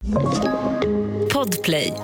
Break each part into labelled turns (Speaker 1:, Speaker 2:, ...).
Speaker 1: Podplay.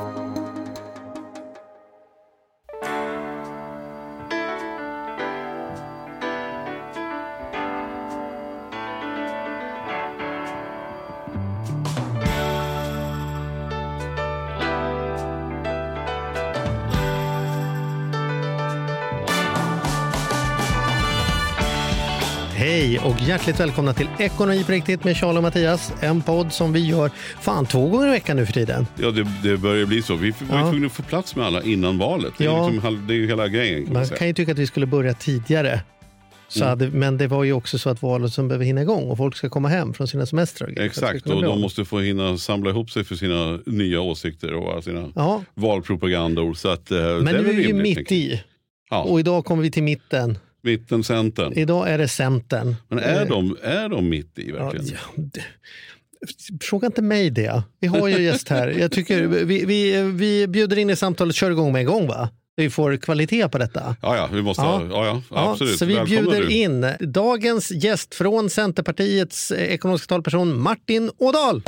Speaker 2: Hej och hjärtligt välkomna till Ekonomi på riktigt med Charles och Mattias. En podd som vi gör 2 gånger i veckan nu för tiden.
Speaker 3: Ja, det börjar bli så. Vi var ju tvungna att få plats med alla innan valet. Det är, liksom, det är ju hela grejen.
Speaker 2: Man kan ju tycka att vi skulle börja tidigare. Men det var ju också så att valet som behöver hinna igång och folk ska komma hem från sina semestrar.
Speaker 3: Exakt, och de måste få hinna samla ihop sig för sina nya åsikter och sina valpropagandor. Så att,
Speaker 2: men nu är vi ju mitt i. Ja. Och idag kommer vi till mitten.
Speaker 3: Mitten, Centern.
Speaker 2: Idag är det Centern.
Speaker 3: Men är de mitt i verkligen?
Speaker 2: Fråga inte mig det. Vi har ju gäst här. Jag tycker vi bjuder in i samtalet, kör igång med en gång, va? Vi får kvalitet på detta.
Speaker 3: Ja, vi måste absolut.
Speaker 2: Så vi bjuder in dagens gäst från Centerpartiets ekonomiska talperson Martin Ådahl.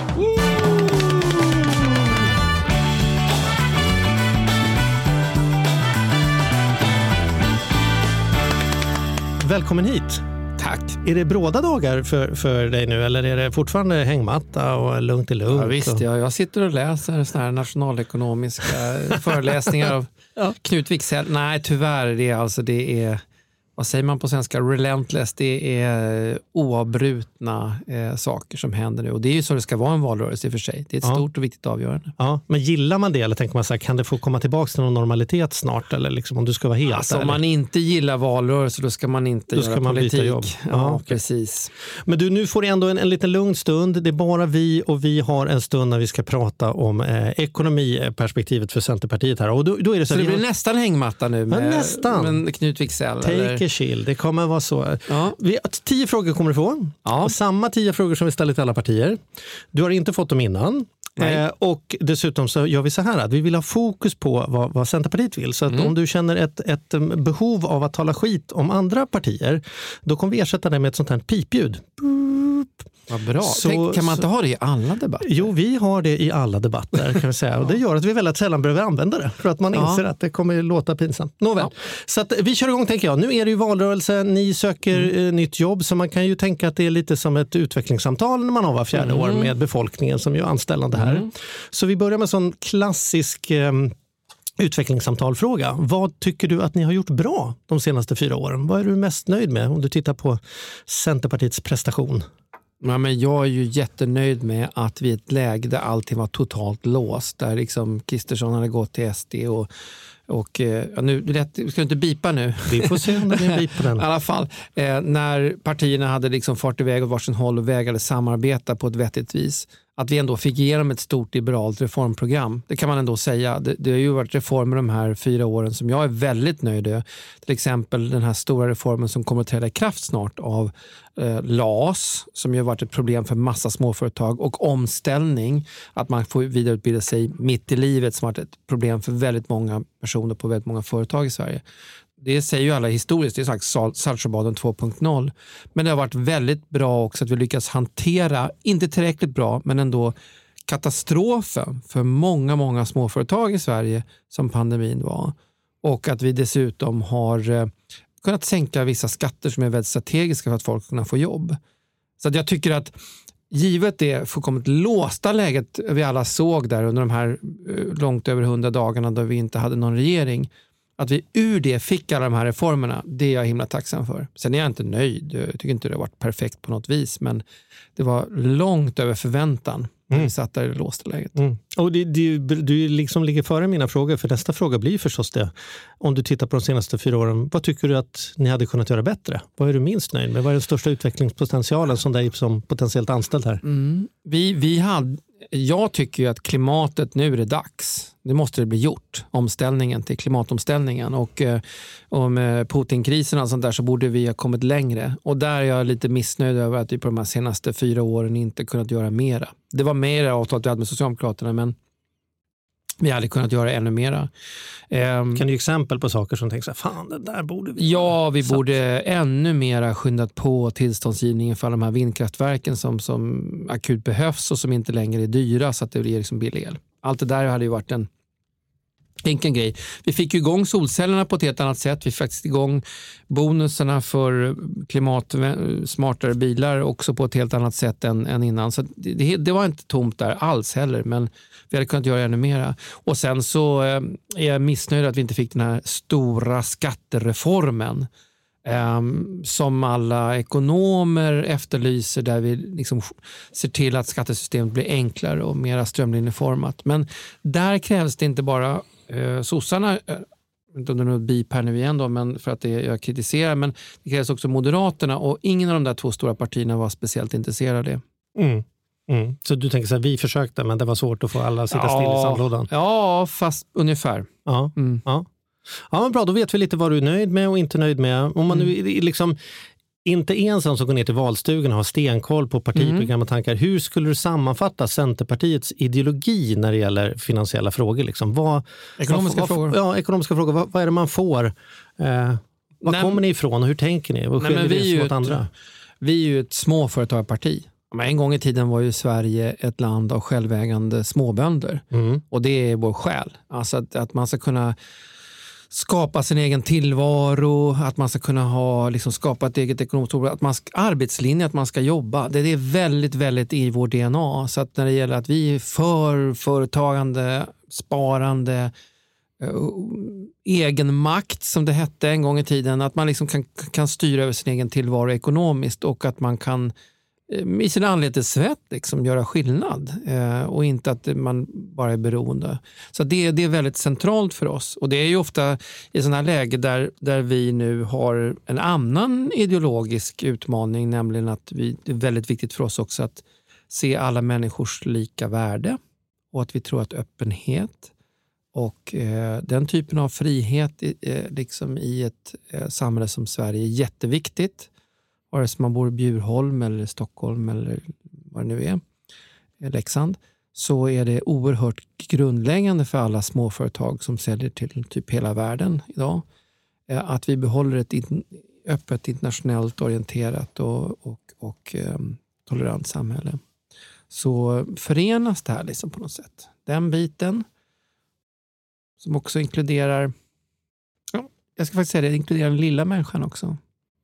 Speaker 2: Välkommen hit.
Speaker 4: Tack.
Speaker 2: Är det bråda dagar för dig nu eller är det fortfarande hängmatta och lugnt i lugnt?
Speaker 4: Ja, visst, jag sitter och läser såna här nationalekonomiska föreläsningar av Knut Wicksell. Nej, tyvärr, det är vad säger man på svenska? Relentless. Det är oavbrutna saker som händer nu. Och det är ju så det ska vara en valrörelse i för sig. Det är ett stort och viktigt avgörande.
Speaker 2: Ja, men gillar man det eller tänker man så här, kan det få komma tillbaka till någon normalitet snart? Eller liksom, om du ska vara helt
Speaker 4: alltså, om man inte gillar valrörelse, då ska man inte göra politik. Byta jobb. Ja, precis.
Speaker 2: Men du, nu får du ändå en liten lugn stund. Det är bara vi och vi har en stund när vi ska prata om ekonomiperspektivet för Centerpartiet här. Och då är det så
Speaker 4: det blir nästan hängmatta nu med Knut Wicksell.
Speaker 2: Take a chill, det kommer vara så. Ja. 10 frågor kommer du få. Ja. Samma 10 frågor som vi ställer till alla partier. Du har inte fått dem innan. Och dessutom så gör vi så här att vi vill ha fokus på vad Centerpartiet vill. Så att om du känner ett behov av att tala skit om andra partier, då kommer vi ersätta det med ett sånt här pipljud.
Speaker 4: Vad bra. Kan man inte ha det i alla debatter?
Speaker 2: Jo, vi har det i alla debatter kan vi säga. Och det gör att vi väldigt sällan behöver använda det. För att man inser att det kommer låta pinsamt. Nåväl. Så att vi kör igång tänker jag. Nu är det ju valrörelse, ni söker nytt jobb. Så man kan ju tänka att det är lite som ett utvecklingssamtal när man har var 4:e år med befolkningen som är anställande här. Så vi börjar med en sån klassisk utvecklingssamtalfråga. Vad tycker du att ni har gjort bra de senaste 4 åren? Vad är du mest nöjd med om du tittar på Centerpartiets prestation?
Speaker 4: Ja, men jag är ju jättenöjd med att vi i ett läge där allting var totalt låst, där liksom Kristersson hade gått till SD och nu ska du inte bipa nu.
Speaker 2: Vi får se om det blir en bip på den.
Speaker 4: I alla fall, när partierna hade liksom fart iväg åt varsin håll och vägade samarbeta på ett vettigt vis. Att vi ändå fick igenom ett stort liberalt reformprogram. Det kan man ändå säga. Det har ju varit reformer de här 4 åren som jag är väldigt nöjd med. Till exempel den här stora reformen som kommer att träda i kraft snart av LAS, som ju har varit ett problem för massa småföretag, och omställning, att man får vidareutbilda sig mitt i livet, som har varit ett problem för väldigt många personer på väldigt många företag i Sverige. Det säger ju alla historiskt, det är sagt Saltsjöbaden 2.0. Men det har varit väldigt bra också att vi lyckas hantera, inte tillräckligt bra, men ändå katastrofen för många, många småföretag i Sverige som pandemin var. Och att vi dessutom har kunnat sänka vissa skatter som är väldigt strategiska för att folk ska kunna få jobb. Så att jag tycker att givet det fullkomligt låsta läget vi alla såg där under de här långt över 100 dagarna då vi inte hade någon regering, att vi ur det fick alla de här reformerna, det är jag himla tacksam för. Sen är jag inte nöjd. Jag tycker inte det har varit perfekt på något vis, men det var långt över förväntan när vi satt där i det låsta läget.
Speaker 2: Och du liksom ligger före mina frågor, för nästa fråga blir förstås det. Om du tittar på de senaste 4 åren, vad tycker du att ni hade kunnat göra bättre? Vad är du minst nöjd med? Vad är den största utvecklingspotentialen som dig som potentiellt anställd här?
Speaker 4: Jag tycker ju att klimatet nu är det dags. Det måste det bli gjort. Omställningen till klimatomställningen. Och om Putin-krisen och sånt där så borde vi ha kommit längre. Och där är jag lite missnöjd över att vi på de här senaste 4 åren inte kunnat göra mera. Det var mer avtalet vi hade med Socialdemokraterna, men Vi hade kunnat göra ännu mera.
Speaker 2: Kan du ge exempel på saker som tänker så här, fan, det där borde vi...
Speaker 4: Ja, vi borde ännu mera skyndat på tillståndsgivningen för de här vindkraftverken som akut behövs och som inte längre är dyra så att det blir liksom billig el. Allt det där hade ju varit en enkel grej. Vi fick ju igång solcellerna på ett helt annat sätt. Vi fick faktiskt igång bonusarna för klimatsmartare bilar också på ett helt annat sätt än innan. Så det var inte tomt där alls heller, men vi hade kunnat göra ännu mera. Och sen så är jag missnöjd att vi inte fick den här stora skattereformen som alla ekonomer efterlyser, där vi liksom ser till att skattesystemet blir enklare och mera strömlinjeformat. Men där krävs det inte bara sossarna, inte om det är något bip här nu igen då, men för att jag kritiserar, men det krävs också Moderaterna, och ingen av de där två stora partierna var speciellt intresserade.
Speaker 2: Så du tänker så här, vi försökte men det var svårt att få alla att sitta still i sandlådan?
Speaker 4: Ja, fast ungefär.
Speaker 2: Ja, men bra, då vet vi lite vad du är nöjd med och inte nöjd med. Om man nu liksom inte är en sån som går ner till valstugan och har stenkoll på partiprogram och tankar, hur skulle du sammanfatta Centerpartiets ideologi när det gäller finansiella frågor? Liksom?
Speaker 4: Ekonomiska frågor.
Speaker 2: Ja, ekonomiska frågor. Vad är det man får? Var kommer ni ifrån och hur tänker ni? Vad skiljer det mot andra?
Speaker 4: Vi är ju ett småföretagarparti. Men en gång i tiden var ju Sverige ett land av självägande småbönder. Och det är vår själ. Alltså att man ska kunna skapa sin egen tillvaro, att man ska kunna ha, liksom, skapa ett eget ekonomiskt tillvaro, att man ska, arbetslinje, att man ska jobba. Det är väldigt, väldigt i vår DNA. Så att när det gäller att vi är för företagande, sparande, egen makt som det hette en gång i tiden, att man liksom kan styra över sin egen tillvaro ekonomiskt och att man kan i sin anletessvett liksom göra skillnad och inte att man bara är beroende. Så det är väldigt centralt för oss, och det är ju ofta i sådana här läge där vi nu har en annan ideologisk utmaning, nämligen att det är väldigt viktigt för oss också att se alla människors lika värde, och att vi tror att öppenhet och den typen av frihet liksom i ett samhälle som Sverige är jätteviktigt. Vare sig man bor i Bjurholm eller Stockholm eller vad det nu är, Leksand, så är det oerhört grundläggande för alla småföretag som säljer till typ hela världen idag. Att vi behåller ett öppet, internationellt orienterat och tolerant samhälle. Så förenas det här liksom på något sätt. Den biten som också inkluderar, jag ska faktiskt säga det inkluderar den lilla människan också.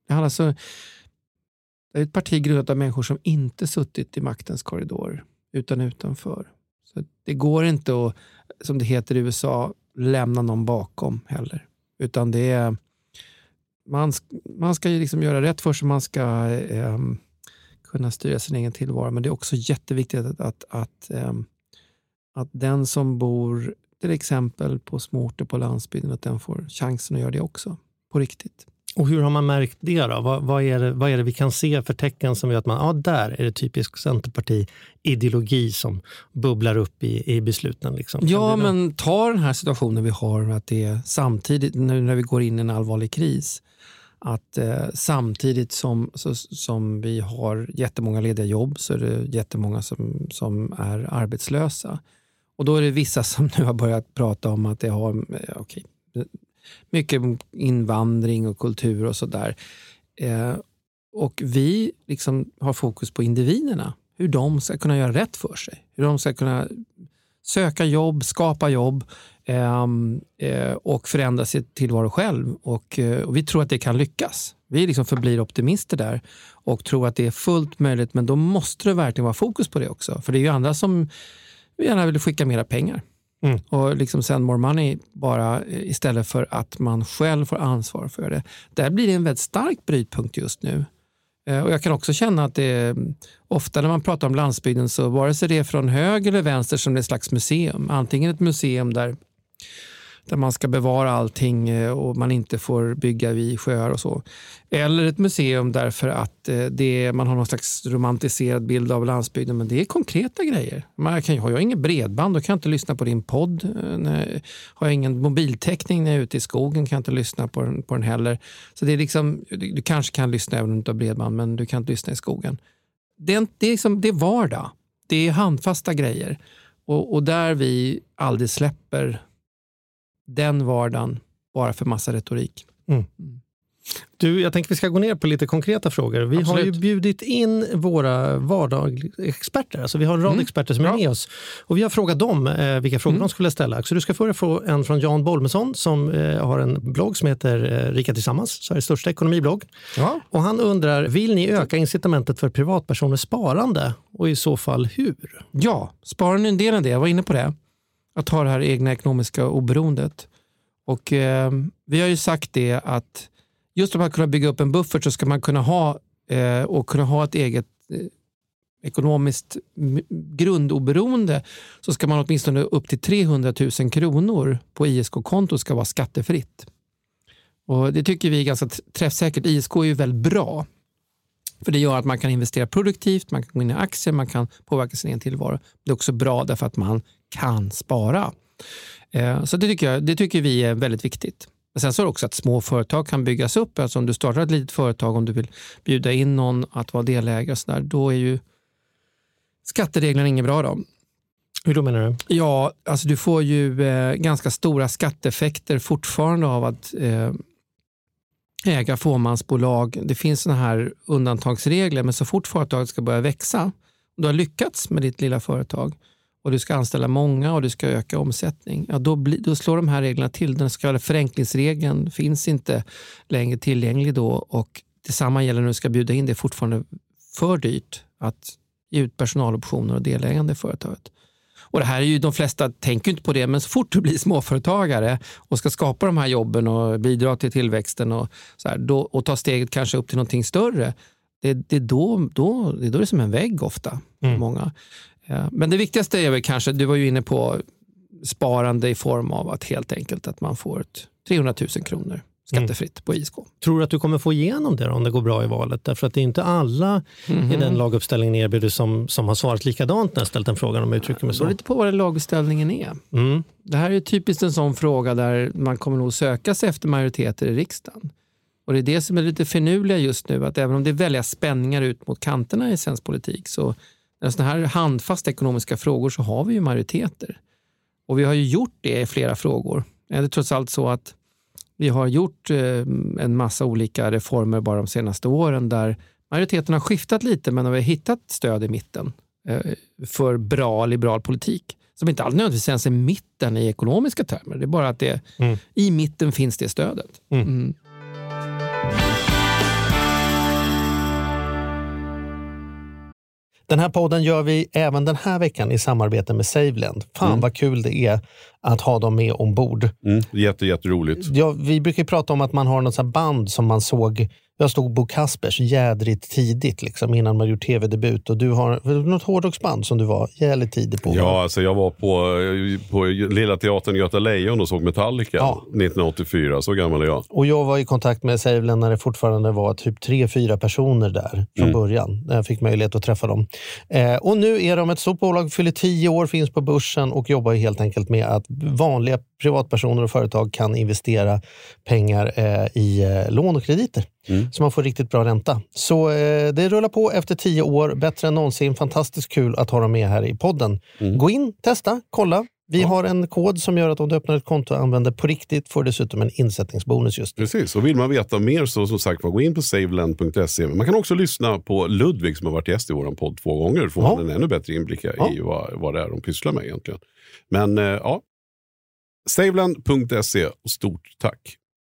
Speaker 4: Det är ett parti grundat av människor som inte suttit i maktens korridor utan utanför. Så det går inte att, som det heter i USA, lämna någon bakom heller. Utan det är, man ska ju liksom göra rätt för sig, man ska kunna styra sin egen tillvaro. Men det är också jätteviktigt att den som bor till exempel på småorter på landsbygden, att den får chansen att göra det också på riktigt.
Speaker 2: Och hur har man märkt det då? Vad är det vi kan se för tecken som gör att man, där är det typisk Centerparti-ideologi som bubblar upp i besluten? Liksom.
Speaker 4: Ja, men ta den här situationen vi har, att det är samtidigt, nu när vi går in i en allvarlig kris, att samtidigt som vi har jättemånga lediga jobb så är det jättemånga som är arbetslösa. Och då är det vissa som nu har börjat prata om att det har, mycket invandring och kultur och sådär. Och vi liksom har fokus på individerna. Hur de ska kunna göra rätt för sig. Hur de ska kunna söka jobb, skapa jobb och förändra sitt tillvaro själv. Och vi tror att det kan lyckas. Vi liksom förblir optimister där och tror att det är fullt möjligt. Men då måste det verkligen vara fokus på det också. För det är ju andra som gärna vill skicka mera pengar. Och liksom send more money bara istället för att man själv får ansvar för det. Där blir det en väldigt stark brytpunkt just nu. Och jag kan också känna att det ofta när man pratar om landsbygden, så vare sig det är från höger eller vänster som det är ett slags museum. Antingen ett museum där man ska bevara allting och man inte får bygga vid sjöar och så. Eller ett museum därför att man har någon slags romantiserad bild av landsbygden, men det är konkreta grejer. Har jag ingen bredband, då kan jag inte lyssna på din podd. Har jag ingen mobiltäckning när jag är ute i skogen, kan jag inte lyssna på den heller. Så det är liksom, du kanske kan lyssna även om du inte har bredband, men du kan inte lyssna i skogen. Det är vardag. Det är handfasta grejer. Och där vi aldrig släpper den vardagen bara för massa retorik.
Speaker 2: Du, jag tänker vi ska gå ner på lite konkreta frågor. Vi har ju bjudit in våra vardagsexperter. Alltså vi har en rad experter som är med oss. Och vi har frågat dem vilka frågor de skulle ställa. Så du ska få en från Jan Bolmesson som har en blogg som heter Rika Tillsammans, Sveriges största ekonomiblogg. Ja. Och han undrar, vill ni öka incitamentet för privatpersoners sparande? Och i så fall hur?
Speaker 4: Ja, sparande är en del av det. Jag var inne på det. Att ha det här egna ekonomiska oberoendet. Och vi har ju sagt det att just om man kunna bygga upp en buffert så ska man kunna ha ett eget ekonomiskt grundoberoende, så ska man åtminstone upp till 300 000 kronor på ISK-konto ska vara skattefritt. Och det tycker vi är ganska träffsäkert. ISK är ju väldigt bra. För det gör att man kan investera produktivt, man kan gå in i aktier, man kan påverka sin egen tillvaro. Det är också bra därför att man kan spara. Så det tycker vi är väldigt viktigt. Sen så är det också att små företag kan byggas upp. Alltså om du startar ett litet företag, om du vill bjuda in någon att vara delägare och så där, då är ju skattereglerna inget bra då.
Speaker 2: Hur då menar du?
Speaker 4: Ja, alltså du får ju ganska stora skatteeffekter fortfarande av att äga fåmansbolag. Det finns såna här undantagsregler, men så fort företaget ska börja växa, du har lyckats med ditt lilla företag och du ska anställa många och du ska öka omsättning, ja, då slår de här reglerna till. Den så kallade förenklingsregeln finns inte längre tillgänglig då, och detsamma gäller när du ska bjuda in. Det är fortfarande för dyrt att ge ut personaloptioner och delägande i företaget. Och det här är ju, de flesta tänker inte på det, men så fort du blir småföretagare och ska skapa de här jobben och bidra till tillväxten och, så här, och ta steget kanske upp till någonting större, det är då det är som en vägg ofta för många. Ja, men det viktigaste är väl kanske, du var ju inne på sparande i form av att helt enkelt att man får 300 000 kronor skattefritt på ISK.
Speaker 2: Tror du att du kommer få igenom det om det går bra i valet? Därför att det är inte alla i den laguppställningen erbjuder som har svarat likadant när jag ställt den frågan, om jag uttrycker mig så.
Speaker 4: Det beror lite på vad laguppställningen är. Det här är typiskt en sån fråga där man kommer nog söka sig efter majoriteter i riksdagen. Och det är det som är lite finurliga just nu, att även om det är väldiga spänningar ut mot kanterna i svensk politik, så när sådana här handfasta ekonomiska frågor så har vi ju majoriteter. Och vi har ju gjort det i flera frågor. Det är trots allt så att vi har gjort en massa olika reformer bara de senaste åren där majoriteten har skiftat lite, men vi har hittat stöd i mitten för bra liberal politik. Som inte alltid nödvändigtvis ens är mitten i ekonomiska termer. Det är bara att i mitten finns det stödet.
Speaker 2: Den här podden gör vi även den här veckan i samarbete med SaveLend. Fan vad kul det är att ha dem med ombord.
Speaker 3: Jätteroligt.
Speaker 2: Ja, vi brukar prata om att man har något sånt band som man såg. Jag stod Bo Kaspers jädrigt tidigt liksom, innan man gjort tv-debut. Och du har något hårdrocksband som du var jävligt tidig på.
Speaker 3: Ja, alltså jag var på Lilla Teatern i Göta Lejon och såg Metallica 1984. Så gammal är jag.
Speaker 2: Och jag var i kontakt med SaveLend när det fortfarande var typ 3-4 personer där från början. När jag fick möjlighet att träffa dem. Och nu är de ett stort bolag, fyller 10 år, finns på börsen och jobbar helt enkelt med att vanliga privatpersoner och företag kan investera pengar i lån och krediter. Så man får riktigt bra ränta. Så det rullar på efter 10 år, bättre än någonsin. Fantastiskt kul att ha dem med här i podden. Gå in, testa, kolla. Vi har en kod som gör att om du öppnar ett konto och använder på riktigt får dessutom en insättningsbonus just nu.
Speaker 3: Precis, och vill man veta mer så som sagt, gå in på savelend.se. Man kan också lyssna på Ludvig som har varit gäst i vår podd 2 gånger. Då får man en ännu bättre inblick i vad det är de pysslar med egentligen. Men savelend.se, och stort tack.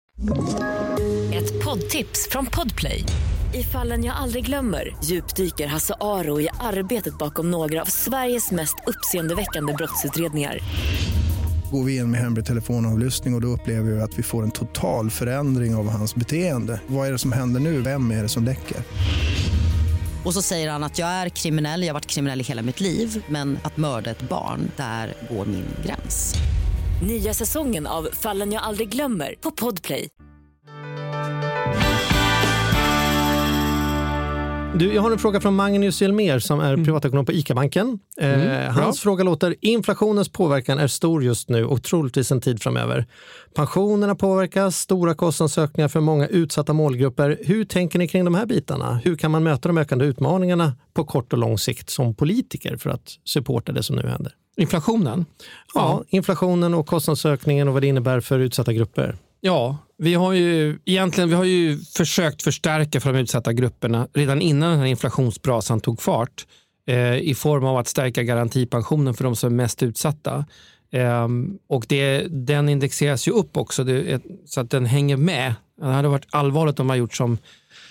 Speaker 1: Ett poddtips från Podplay. I Fallen jag aldrig glömmer djupdyker Hasse Aro i arbetet bakom några av Sveriges mest uppseendeväckande brottsutredningar.
Speaker 5: Går vi in med hemlig telefonavlyssning och då upplever vi att vi får en total förändring av hans beteende. Vad är det som händer nu? Vem är det som läcker?
Speaker 6: Och så säger han att jag är kriminell, jag har varit kriminell i hela mitt liv, men att mörda ett barn, där går min gräns.
Speaker 1: Nya säsongen av Fallen jag aldrig glömmer på Podplay.
Speaker 2: Jag har en fråga från Magnus Jelmer som är privatekonom på ICA-banken. Hans fråga låter: inflationens påverkan är stor just nu och troligtvis en tid framöver. Pensionerna påverkas, stora kostnadsökningar för många utsatta målgrupper. Hur tänker ni kring de här bitarna? Hur kan man möta de ökande utmaningarna på kort och lång sikt som politiker för att supporta det som nu händer?
Speaker 4: Inflationen?
Speaker 2: Ja, inflationen och kostnadsökningen och vad det innebär för utsatta grupper.
Speaker 4: Ja, vi har ju försökt förstärka för de utsatta grupperna redan innan den här inflationsbrasan tog fart i form av att stärka garantipensionen för de som är mest utsatta. Och den indexeras ju upp också så att den hänger med. Det hade varit allvarligt om man gjort som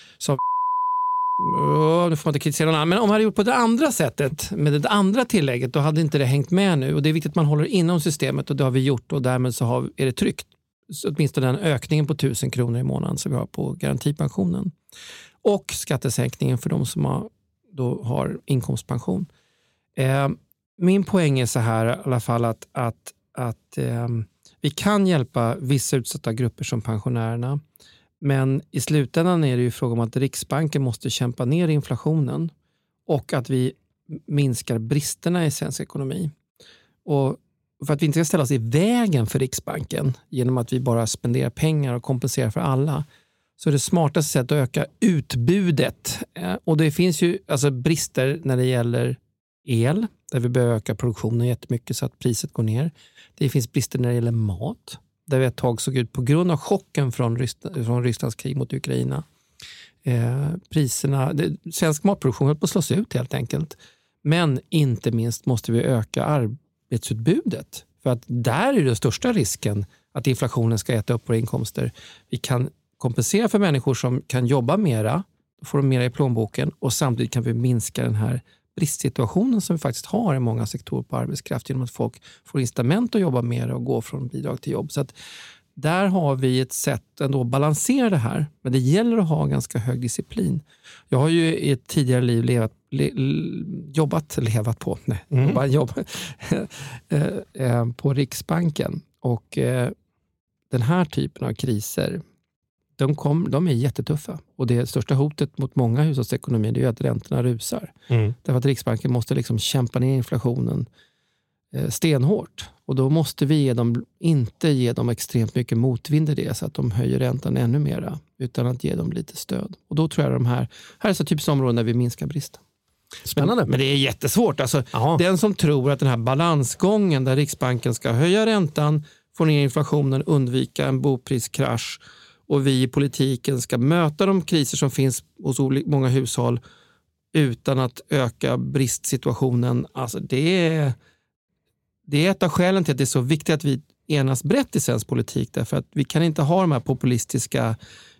Speaker 4: nu får man inte kritisera någon annan, men om man hade gjort på det andra sättet med det andra tillägget, då hade inte det hängt med nu. Och det är viktigt att man håller inom systemet och det har vi gjort och därmed så är det tryggt. Så åtminstone den ökningen på 1000 kronor i månaden som vi har på garantipensionen. Och skattesänkningen för de som då har inkomstpension. Min poäng är så här i alla fall att vi kan hjälpa vissa utsatta grupper som pensionärerna. Men i slutändan är det ju fråga om att Riksbanken måste kämpa ner inflationen och att vi minskar bristerna i svensk ekonomi. Och för att vi inte ska ställa oss i vägen för Riksbanken genom att vi bara spenderar pengar och kompenserar för alla, så är det smartaste sättet att öka utbudet. Och det finns ju alltså brister när det gäller el, där vi behöver öka produktionen jättemycket så att priset går ner. Det finns brister när det gäller mat, där vi ett tag såg ut på grund av chocken från Rysslands krig mot Ukraina. Svensk matproduktion höll på att slås ut helt enkelt. Men inte minst måste vi öka arbetsutbudet. För att där är den största risken att inflationen ska äta upp våra inkomster. Vi kan kompensera för människor som kan jobba mera, då får de mera i plånboken, och samtidigt kan vi minska den här bristsituationen som vi faktiskt har i många sektorer på arbetskraft genom att folk får incitament att jobba mer och gå från bidrag till jobb. Så att där har vi ett sätt ändå att balansera det här. Men det gäller att ha ganska hög disciplin. Jag har ju i ett tidigare liv jobbat på Riksbanken. Och den här typen av kriser, de är jättetuffa. Och det största hotet mot många hushållsekonomier är ju att räntorna rusar. Därför att Riksbanken måste liksom kämpa ner inflationen stenhårt. Och då måste vi inte ge dem extremt mycket motvind i det så att de höjer räntan ännu mera, utan att ge dem lite stöd. Och då tror jag de här är så typiska områden där vi minskar bristen.
Speaker 2: Spännande.
Speaker 4: Men det är jättesvårt. Alltså, den som tror att den här balansgången där Riksbanken ska höja räntan, få ner inflationen, undvika en bopriskrasch och vi i politiken ska möta de kriser som finns hos många hushåll utan att öka bristsituationen. Alltså det är ett av skälen till att det är så viktigt att vi enas brett i svensk politik. Därför att vi kan inte ha de här populistiska,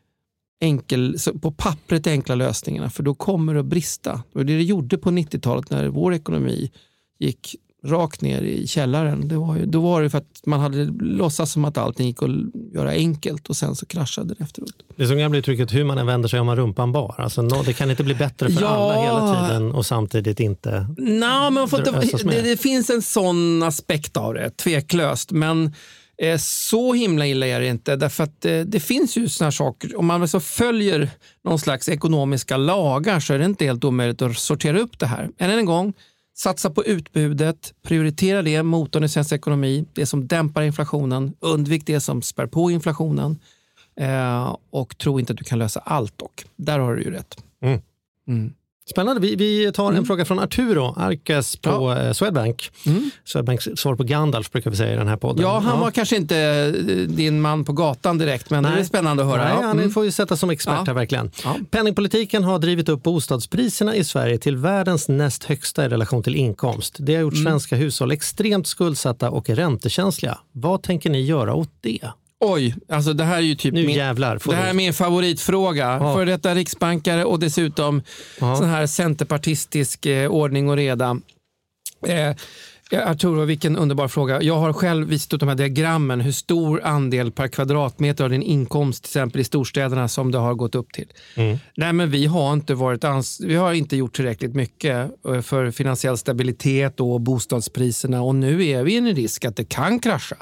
Speaker 4: på pappret enkla lösningarna. För då kommer det att brista. Och det gjorde på 90-talet när vår ekonomi gick rakt ner i källaren. Då var det för att man hade låtsats som att allting gick att göra enkelt och sen så kraschade det efteråt. Det
Speaker 2: som kan bli trycket hur man än vänder sig om man rumpan bar. Alltså, det kan inte bli bättre för alla hela tiden och samtidigt inte... men det finns en sån aspekt av det, tveklöst. Men så himla illa är det inte. Därför att det finns ju såna här saker. Om man så följer någon slags ekonomiska lagar så är det inte helt omöjligt att sortera upp det här. Än en gång, satsa på utbudet, prioritera det, motorn i svensk ekonomi, det som dämpar inflationen, undvik det som spär på inflationen och tro inte att du kan lösa allt dock. Där har du ju rätt. Spännande. Vi tar en fråga från Arturo Arques på Swedbank. Swedbanks svar på Gandalf brukar vi säga i den här podden.
Speaker 4: Ja, han var kanske inte din man på gatan direkt, men det är spännande att höra.
Speaker 2: Nej, han får ju sätta som expert här verkligen. Penningpolitiken har drivit upp bostadspriserna i Sverige till världens näst högsta i relation till inkomst. Det har gjort svenska hushåll extremt skuldsatta och räntekänsliga. Vad tänker ni göra åt det?
Speaker 4: Oj, alltså det här är ju typ det här är min favoritfråga. För detta riksbankare och dessutom sån här centerpartistisk ordning och reda. Jag tror vilken underbar fråga. Jag har själv visat ut de här diagrammen, hur stor andel per kvadratmeter av din inkomst till exempel i storstäderna som det har gått upp till. Nej, men vi har inte gjort tillräckligt mycket för finansiell stabilitet och bostadspriserna, och nu är vi i en risk att det kan krascha.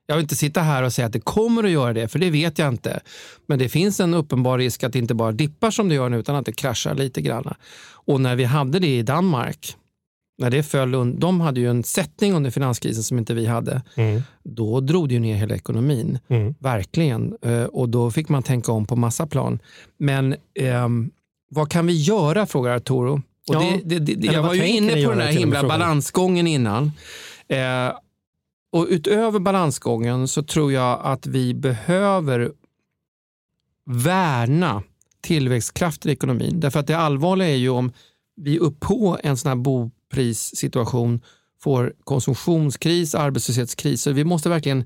Speaker 4: Jag vill inte sitta här och säga att det kommer att göra det, för det vet jag inte. Men det finns en uppenbar risk att det inte bara dippar som det gör nu, utan att det kraschar lite grann. Och när vi hade det i Danmark, när det föll, de hade ju en sättning under finanskrisen som inte vi hade. Då drog det ju ner hela ekonomin. Verkligen. Och då fick man tänka om på massa plan. Men vad kan vi göra, frågar Arturo. Och jag var ju inne på den här himla balansgången innan. Och utöver balansgången så tror jag att vi behöver värna tillväxtkraften i ekonomin. Därför att det allvarliga är ju om vi upp på en sån här boprissituation får konsumtionskris, arbetslöshetskris. Så vi måste verkligen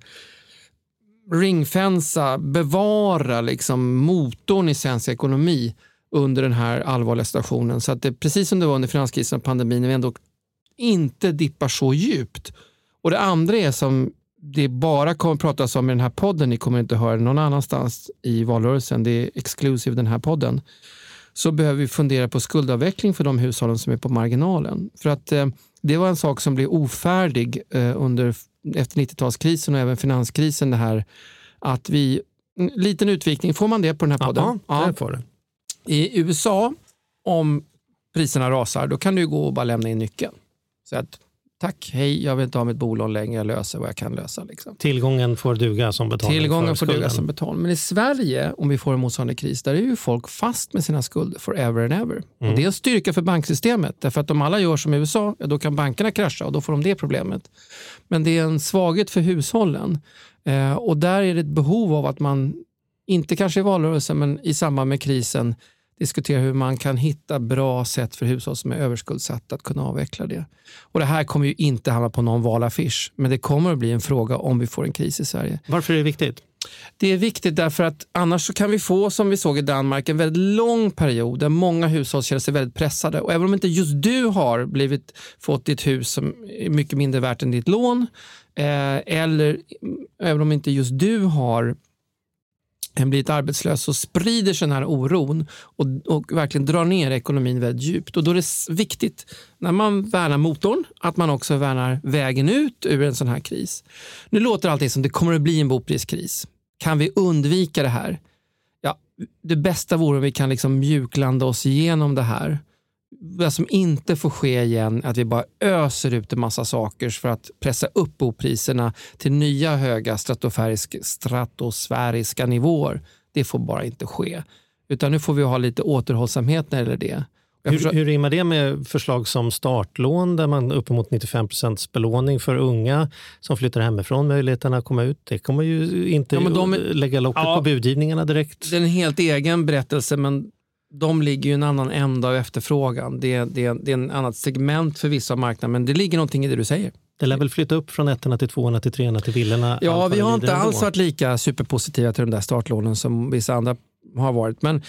Speaker 4: ringfänsa, bevara liksom motorn i svensk ekonomi under den här allvarliga situationen. Så att det, precis som det var under finanskrisen och pandemin, vi ändå inte dippar så djupt. Och det andra är som det bara kommer att pratas om i den här podden, ni kommer inte höra någon annanstans i valrörelsen, det är exklusivt den här podden, så behöver vi fundera på skuldavveckling för de hushållen som är på marginalen. För att det var en sak som blev ofärdig efter 90-talskrisen och även finanskrisen, det här att vi, liten utvikning, får man det på den här podden?
Speaker 2: Ja, det får det.
Speaker 4: I USA, om priserna rasar, då kan du gå och bara lämna in nyckeln. Så att tack, hej, jag vill inte ha mitt bolån längre, jag löser vad jag kan lösa. Liksom.
Speaker 2: Tillgången får duga som betalning.
Speaker 4: Tillgången får duga som betalning. Men i Sverige, om vi får en motsvarande kris, där är ju folk fast med sina skulder forever and ever. Och det är en styrka för banksystemet. Därför att om alla gör som i USA, då kan bankerna krascha och då får de det problemet. Men det är en svaghet för hushållen. Och där är det ett behov av att man, inte kanske i valrörelsen, men i samband med krisen, diskutera hur man kan hitta bra sätt för hushåll som är överskuldsatta att kunna avveckla det. Och det här kommer ju inte hamna på någon valaffisch, men det kommer att bli en fråga om vi får en kris i Sverige.
Speaker 2: Varför är det viktigt?
Speaker 4: Det är viktigt därför att annars så kan vi få, som vi såg i Danmark, en väldigt lång period där många hushåll känner sig väldigt pressade. Och även om inte just du har fått ditt hus som är mycket mindre värt än ditt lån, eller även om inte just du har blivit arbetslös, så sprider sig den här oron och verkligen drar ner ekonomin väldigt djupt. Och då är det viktigt, när man värnar motorn, att man också värnar vägen ut ur en sån här kris. Nu låter allting som det kommer att bli en bopriskris. Kan vi undvika det här? Ja, det bästa vore om vi kan liksom mjuklanda oss igenom det här. Det som inte får ske igen, att vi bara öser ut en massa saker för att pressa upp bopriserna till nya höga stratosfäriska nivåer. Det får bara inte ske. Utan nu får vi ha lite återhållsamhet när det gäller det.
Speaker 2: Hur rimmar det med förslag som startlån där man uppemot 95% belåning för unga som flyttar hemifrån, möjligheten att komma ut? Det kommer ju inte lägga loppet på budgivningarna direkt.
Speaker 4: Det är en helt egen berättelse, men de ligger ju en annan ända av efterfrågan. Det är en annat segment för vissa marknader, men det ligger någonting i det du säger.
Speaker 2: Det lär väl flytta upp från 1:orna till 2:orna till 3:orna till villorna?
Speaker 4: Ja, vi har inte alls varit lika superpositiva till de där startlånen som vissa andra har varit. Men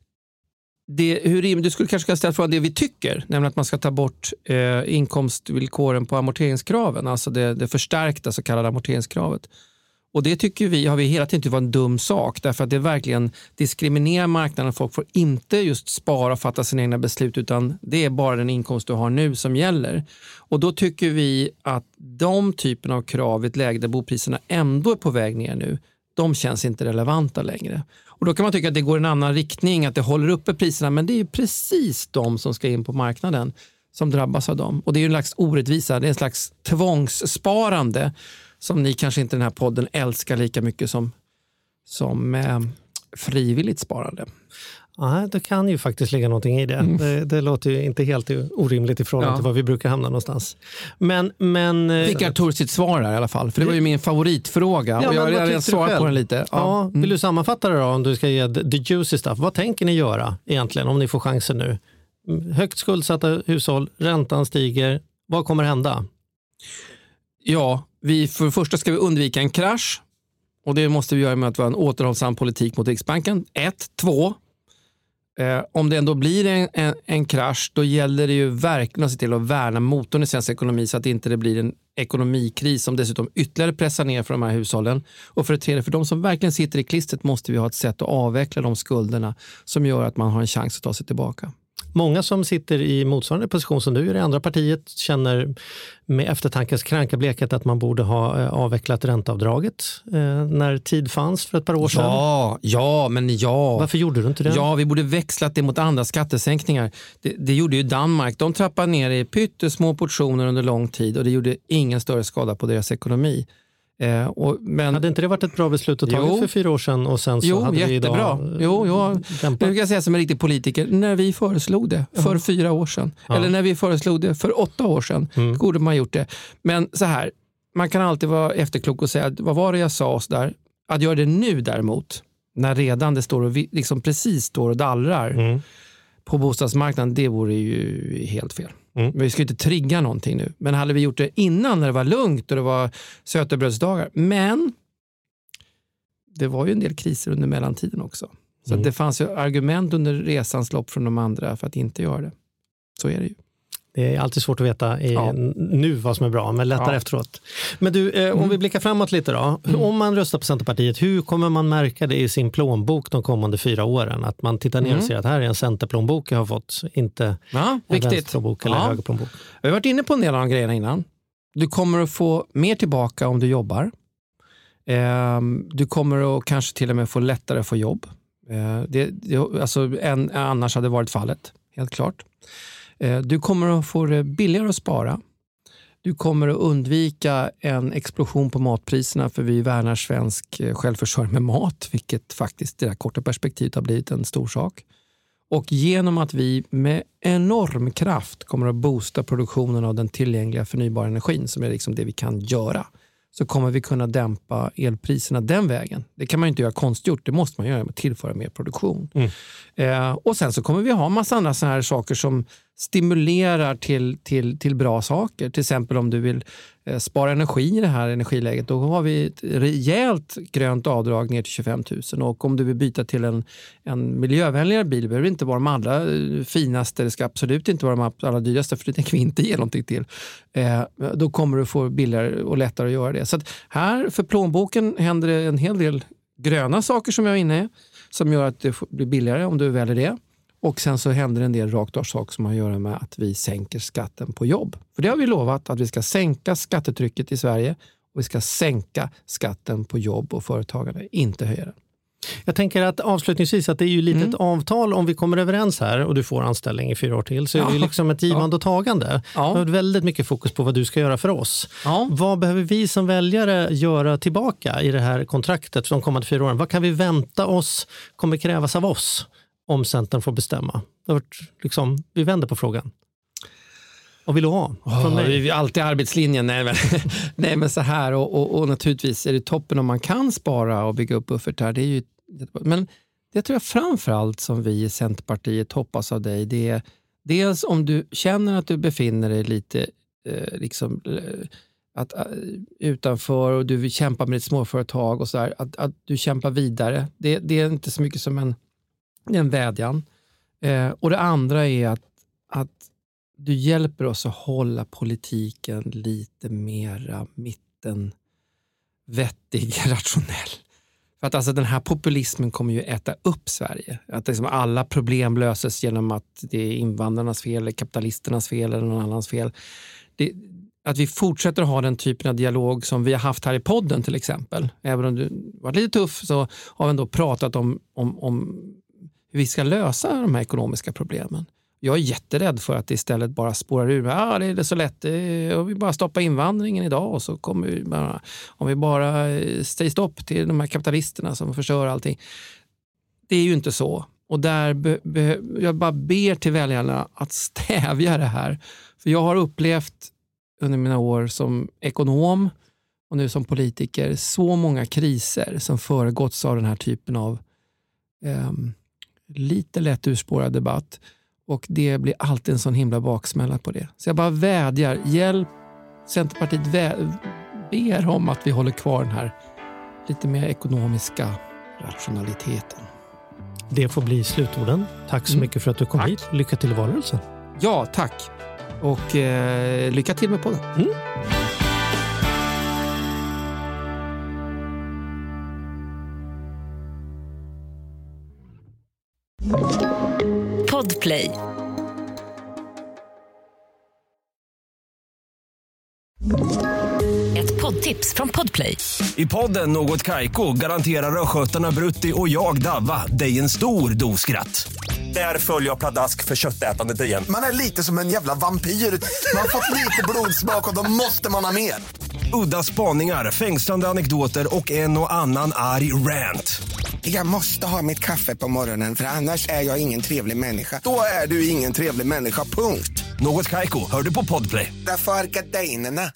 Speaker 4: du skulle kanske ställa frågan det vi tycker, nämligen att man ska ta bort inkomstvillkoren på amorteringskraven, alltså det förstärkta så kallade amorteringskravet. Och det tycker vi, har vi hela tiden tyckt var en dum sak, därför att det verkligen diskriminerar marknaden. Folk får inte just spara och fatta sina egna beslut, utan det är bara den inkomst du har nu som gäller. Och då tycker vi att de typen av krav i ett läge där bopriserna ändå är på väg ner nu, de känns inte relevanta längre. Och då kan man tycka att det går en annan riktning, att det håller uppe priserna, men det är ju precis de som ska in på marknaden som drabbas av dem. Och det är ju en slags orättvisa, det är en slags tvångssparande som ni kanske inte den här podden älskar lika mycket som frivilligt sparande.
Speaker 2: Ja, det kan ju faktiskt ligga någonting i det. Det låter ju inte helt orimligt i förhållande till var vi brukar hamna någonstans. Men
Speaker 4: fick Artur sitt svar där i alla fall? För det var ju min favoritfråga.
Speaker 2: Ja,
Speaker 4: och jag har redan svarat på den lite.
Speaker 2: Ja. Vill du sammanfatta det då, om du ska ge the juicy stuff? Vad tänker ni göra egentligen om ni får chansen nu? Högt skuldsatta hushåll, räntan stiger. Vad kommer hända?
Speaker 4: Ja, för det första ska vi undvika en krasch. Och det måste vi göra med att vara en återhållsam politik mot Riksbanken. 2. Om det ändå blir en krasch, då gäller det ju verkligen att se till att värna motorn i svensk ekonomi så att det inte blir en ekonomikris som dessutom ytterligare pressar ner för de här hushållen. Och för det tredje, för de som verkligen sitter i klistret måste vi ha ett sätt att avveckla de skulderna som gör att man har en chans att ta sig tillbaka.
Speaker 2: Många som sitter i motsvarande position som du i det andra partiet känner med eftertankens kranka blekhet att man borde ha avvecklat ränteavdraget när tid fanns för ett par år sedan.
Speaker 4: Ja.
Speaker 2: Varför gjorde du inte det?
Speaker 4: Ja, vi borde växlat det mot andra skattesänkningar. Det gjorde ju Danmark. De trappade ner i pyttesmå portioner under lång tid och det gjorde ingen större skada på deras ekonomi. Men
Speaker 2: hade inte det varit ett bra beslut att ta för 4 år sedan och sen så hade vi idag
Speaker 4: nu kan jag säga som en riktig politiker, när vi föreslog det för 4 år sedan eller när vi föreslog det för 8 år sedan borde man gjort det. Men så här, man kan alltid vara efterklok och säga vad var det jag sa så där. Att göra det nu däremot, när redan det står och liksom precis står och dallrar på bostadsmarknaden, det vore ju helt fel. Men vi ska inte trigga någonting nu. Men hade vi gjort det innan när det var lugnt och det var sötebrödsdagar. Men det var ju en del kriser under mellantiden också. Så att det fanns ju argument under resans lopp från de andra för att inte göra det. Så är det ju.
Speaker 2: Det är alltid svårt att veta nu vad som är bra, men lättare efteråt. Men du, om vi blickar framåt lite då. Om man röstar på Centerpartiet, hur kommer man märka det i sin plånbok de kommande 4 åren? Att man tittar ner och ser att här är en centerplånbok jag har fått, inte en vänsterplånbok eller högerplånbok.
Speaker 4: Vi har varit inne på en del av de grejerna innan. Du kommer att få mer tillbaka om du jobbar. Du kommer att kanske till och med få lättare att få jobb. Än annars hade varit fallet, helt klart. Du kommer att få det billigare att spara. Du kommer att undvika en explosion på matpriserna för vi värnar svensk självförsörjning med mat, vilket faktiskt i det här korta perspektivet har blivit en stor sak. Och genom att vi med enorm kraft kommer att boosta produktionen av den tillgängliga förnybara energin, som är liksom det vi kan göra, så kommer vi kunna dämpa elpriserna den vägen. Det kan man ju inte göra konstgjort, det måste man göra med att tillföra mer produktion. Och sen så kommer vi ha massa andra sådana här saker som stimulerar till bra saker. Till exempel om du vill spara energi i det här energiläget, då har vi ett rejält grönt avdrag ner till 25 000. Och om du vill byta till en miljövänligare bil, behöver det inte vara de allra finaste, det ska absolut inte vara de allra dyraste, för det tänker vi inte ge någonting till. Då kommer du få billigare och lättare att göra det. Så att här för plånboken händer det en hel del gröna saker som jag är inne i, som gör att det blir billigare om du väljer det. Och sen så händer en del rakt av saker som har att göra med att vi sänker skatten på jobb. För det har vi lovat, att vi ska sänka skattetrycket i Sverige och vi ska sänka skatten på jobb och företagande, inte höja den.
Speaker 2: Jag tänker att avslutningsvis att det är ju lite ett avtal om vi kommer överens här och du får anställning i 4 år till, så är det ju liksom ett givande och tagande. Det har väldigt mycket fokus på vad du ska göra för oss. Vad behöver vi som väljare göra tillbaka i det här kontraktet för de kommande 4 åren? Vad kan vi vänta oss kommer krävas av oss om Centern får bestämma? Vi vänder på frågan. Vad vill du ha från mig?
Speaker 4: Vi är alltid arbetslinjen. Nej, men så här. Och naturligtvis är det toppen om man kan spara och bygga upp buffertar. Det är ju, men det tror jag framförallt som vi i Centerpartiet hoppas av dig. Det är dels om du känner att du befinner dig lite utanför och du vill kämpa med ditt småföretag och så där, att du kämpar vidare. Det är inte så mycket som en vädjan. Och det andra är att du hjälper oss att hålla politiken lite mera mittenvettig, rationell. För att alltså den här populismen kommer ju äta upp Sverige. Att liksom alla problem löses genom att det är invandrarnas fel, eller kapitalisternas fel eller någon annans fel. Att vi fortsätter att ha den typen av dialog som vi har haft här i podden till exempel. Även om du var lite tuff så har vi ändå pratat om hur vi ska lösa de här ekonomiska problemen. Jag är jätterädd för att det istället bara spårar ur. Det är så lätt. Och vi bara stoppar invandringen idag och så kommer vi bara, om vi bara säger stopp till de här kapitalisterna som förstör allting. Det är ju inte så. Och där jag bara ber till väljarna att stävja det här. För jag har upplevt under mina år som ekonom och nu som politiker så många kriser som föregåtts av den här typen av lite lätt urspårad debatt. Och det blir alltid en sån himla baksmälla på det. Så jag bara vädjar, hjälp Centerpartiet ber om att vi håller kvar den här lite mer ekonomiska rationaliteten.
Speaker 2: Det får bli slutorden. Tack så mycket för att du kom hit. Lycka till i valrörelsen.
Speaker 4: Ja, tack. Och lycka till med podden.
Speaker 1: Podplay. Ett poddtips från Podplay.
Speaker 7: I podden Något Kaiko garanterar röskötarna Brutti och jag Davva dig en stor doskratt. Där följer jag pladask för köttätandet igen.
Speaker 8: Man är lite som en jävla vampyr. Man har fått lite blodsmak och då måste man ha mer.
Speaker 7: Udda spaningar, fängslande anekdoter och en och annan arg rant.
Speaker 8: Jag måste ha mitt kaffe på morgonen för annars är jag ingen trevlig människa. Då är du ingen trevlig människa, punkt.
Speaker 7: Något Kaiko, hör du på Podplay.
Speaker 8: Därför är gardinerna.